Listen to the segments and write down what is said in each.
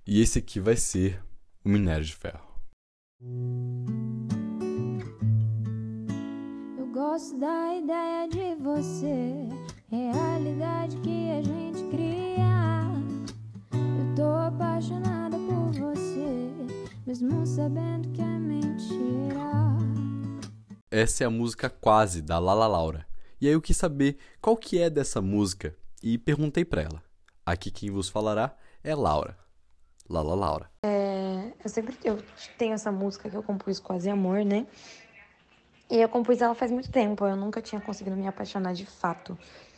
E esse aqui vai ser o Minério de Ferro. Eu gosto da ideia de você, realidade que a gente cria. Eu tô apaixonada por você, mesmo sabendo que é mentira. Essa é a música Quase, da Lala Laura. E aí eu quis saber qual que é dessa música e perguntei pra ela. Aqui quem vos falará é Laura. Lala Laura. Eu tenho essa música que eu compus, Quase Amor, né? E eu compus ela faz muito tempo, eu nunca tinha conseguido me apaixonar de fato.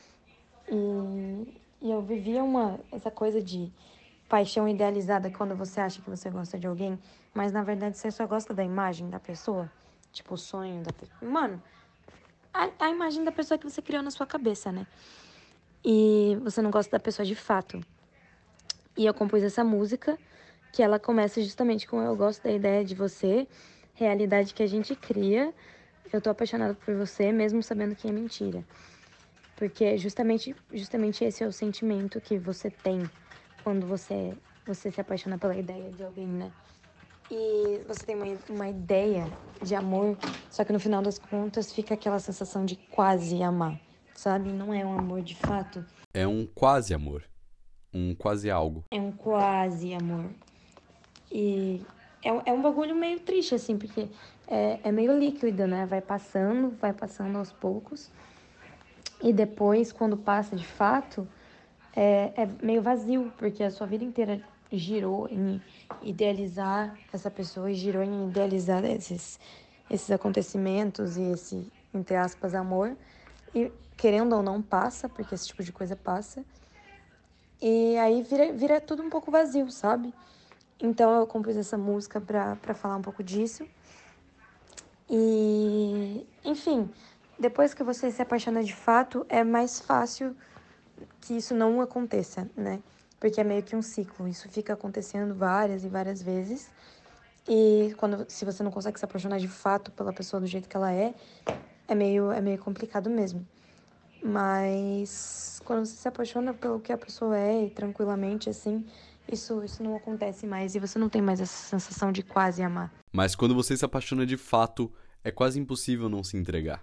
E eu vivia essa coisa de paixão idealizada quando você acha que você gosta de alguém, mas na verdade você só gosta da imagem da pessoa. Tipo, o sonho da pessoa. Mano, a imagem da pessoa que você criou na sua cabeça, né? E você não gosta da pessoa de fato. E eu compus essa música, que ela começa justamente com eu gosto da ideia de você, realidade que a gente cria. Eu tô apaixonada por você, mesmo sabendo que é mentira. Porque justamente esse é o sentimento que você tem quando você se apaixona pela ideia de alguém, né? E você tem uma ideia de amor, só que no final das contas fica aquela sensação de quase amar, sabe? Não é um amor de fato. É um quase amor. Um quase algo. É um quase amor. E é um bagulho meio triste, assim, porque é meio líquido, né? Vai passando aos poucos. E depois, quando passa de fato, é meio vazio, porque a sua vida inteira girou em idealizar essa pessoa e girou em idealizar esses acontecimentos e esse, entre aspas, amor. E querendo ou não passa, porque esse tipo de coisa passa. E aí vira tudo um pouco vazio, sabe? Então eu compus essa música pra falar um pouco disso. E, enfim, depois que você se apaixona de fato, é mais fácil que isso não aconteça, né? Porque é meio que um ciclo. Isso fica acontecendo várias e várias vezes. E se você não consegue se apaixonar de fato pela pessoa do jeito que ela é meio complicado mesmo. Mas quando você se apaixona pelo que a pessoa é e tranquilamente, assim, isso não acontece mais e você não tem mais essa sensação de quase amar. Mas quando você se apaixona de fato, é quase impossível não se entregar.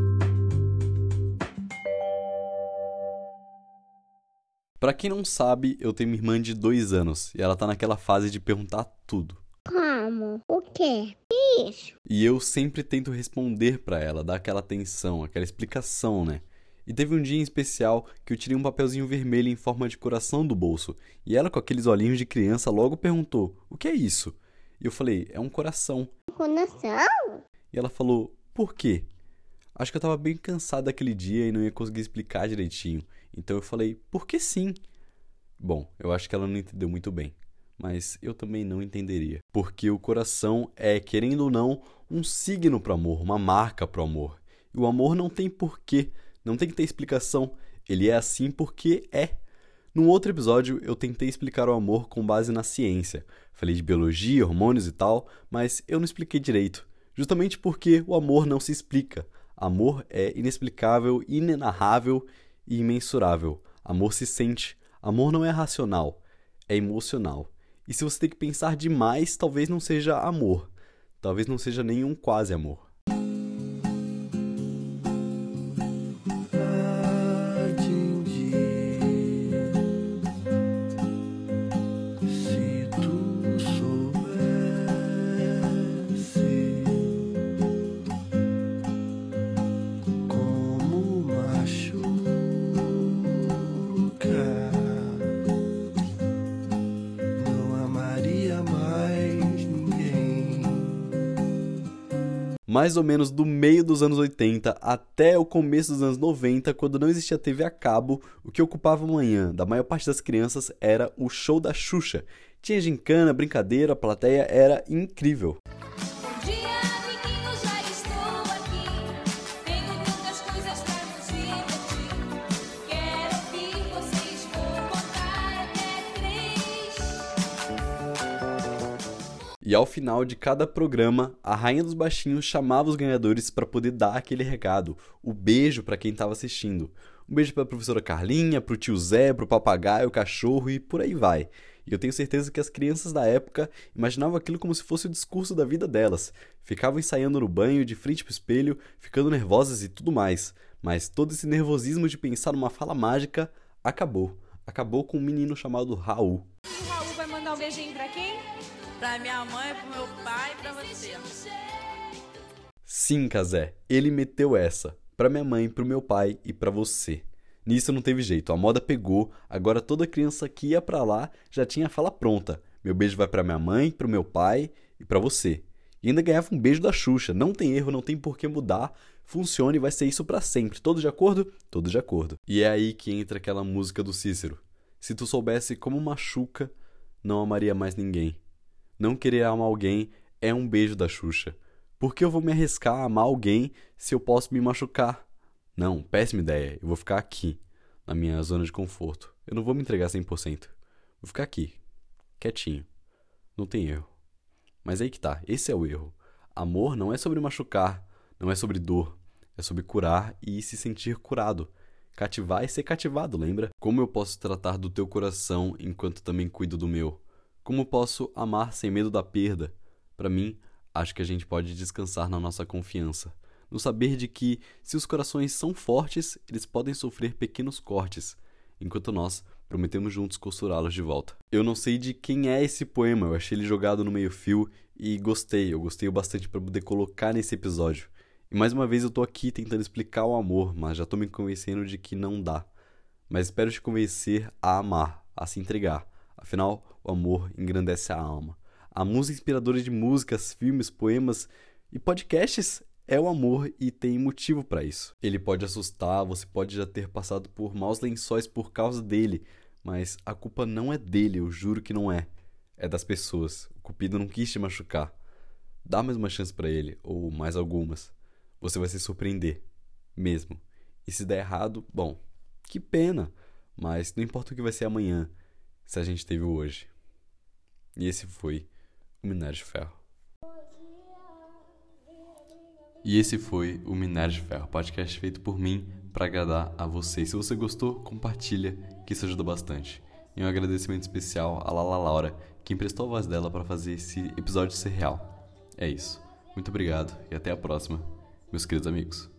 Pra quem não sabe, eu tenho uma irmã de 2 anos e ela tá naquela fase de perguntar tudo. Como? O quê? Isso. E eu sempre tento responder pra ela, dar aquela atenção, aquela explicação, né? E teve um dia em especial que eu tirei um papelzinho vermelho em forma de coração do bolso e ela, com aqueles olhinhos de criança, logo perguntou: "O que é isso?" E eu falei: "É um coração." Coração? E ela falou: "Por quê?" Acho que eu tava bem cansado daquele dia e não ia conseguir explicar direitinho. Então eu falei: "Por que sim?" Bom, eu acho que ela não entendeu muito bem. Mas eu também não entenderia. Porque o coração é, querendo ou não, um signo pro amor, uma marca pro amor. E o amor não tem porquê, não tem que ter explicação. Ele é assim porque é. Num outro episódio, eu tentei explicar o amor com base na ciência. Falei de biologia, hormônios e tal, mas eu não expliquei direito. Justamente porque o amor não se explica. Amor é inexplicável, inenarrável e imensurável. Amor se sente. Amor não é racional, é emocional. E se você tem que pensar demais, talvez não seja amor. Talvez não seja nenhum quase amor. Mais ou menos do meio dos anos 80 até o começo dos anos 90, quando não existia TV a cabo, o que ocupava a manhã da maior parte das crianças era o show da Xuxa. Tinha gincana, brincadeira, a plateia era incrível. Bom dia, amiguinhos, já estou aqui. Tenho tantas coisas pra nos divertir. Quero ouvir vocês, vou contar até 3. E ao final de cada programa, a Rainha dos Baixinhos chamava os ganhadores para poder dar aquele recado, o beijo para quem estava assistindo. Um beijo para a professora Carlinha, para o tio Zé, para o papagaio, o cachorro e por aí vai. E eu tenho certeza que as crianças da época imaginavam aquilo como se fosse o discurso da vida delas. Ficavam ensaiando no banho, de frente pro espelho, ficando nervosas e tudo mais. Mas todo esse nervosismo de pensar numa fala mágica acabou. Acabou com um menino chamado Raul. O Raul vai mandar um beijinho pra quem? Pra minha mãe, pro meu pai e pra você. Sim, Cazé, ele meteu essa. Pra minha mãe, pro meu pai e pra você. Nisso não teve jeito, a moda pegou, agora toda criança que ia pra lá já tinha a fala pronta. Meu beijo vai pra minha mãe, pro meu pai e pra você. E ainda ganhava um beijo da Xuxa, não tem erro, não tem por que mudar, funciona e vai ser isso pra sempre. Todos de acordo? Todos de acordo. E é aí que entra aquela música do Cícero. Se tu soubesse como machuca, não amaria mais ninguém. Não querer amar alguém é um beijo da Xuxa. Por que eu vou me arriscar a amar alguém se eu posso me machucar? Não, péssima ideia. Eu vou ficar aqui, na minha zona de conforto. Eu não vou me entregar 100%. Vou ficar aqui, quietinho. Não tem erro. Mas aí que tá, esse é o erro. Amor não é sobre machucar, não é sobre dor. É sobre curar e se sentir curado. Cativar e ser cativado, lembra? Como eu posso tratar do teu coração enquanto também cuido do meu? Como posso amar sem medo da perda? Pra mim, acho que a gente pode descansar na nossa confiança. No saber de que, se os corações são fortes, eles podem sofrer pequenos cortes, enquanto nós prometemos juntos costurá-los de volta. Eu não sei de quem é esse poema, eu achei ele jogado no meio-fio e gostei, eu gostei bastante para poder colocar nesse episódio. E mais uma vez eu tô aqui tentando explicar o amor, mas já tô me convencendo de que não dá. Mas espero te convencer a amar, a se entregar. Afinal, o amor engrandece a alma. A música inspiradora de músicas, filmes, poemas e podcasts é o amor e tem motivo para isso. Ele pode assustar, você pode já ter passado por maus lençóis por causa dele, mas a culpa não é dele, eu juro que não é. É das pessoas. O Cupido não quis te machucar. Dá mais uma chance para ele, ou mais algumas. Você vai se surpreender, mesmo. E se der errado, bom, que pena, mas não importa o que vai ser amanhã, se a gente teve o hoje. E esse foi o Minério de Ferro. Podcast feito por mim para agradar a você. Se você gostou, compartilha, que isso ajuda bastante. E um agradecimento especial a Lala Laura, que emprestou a voz dela para fazer esse episódio ser real. É isso. Muito obrigado e até a próxima, meus queridos amigos.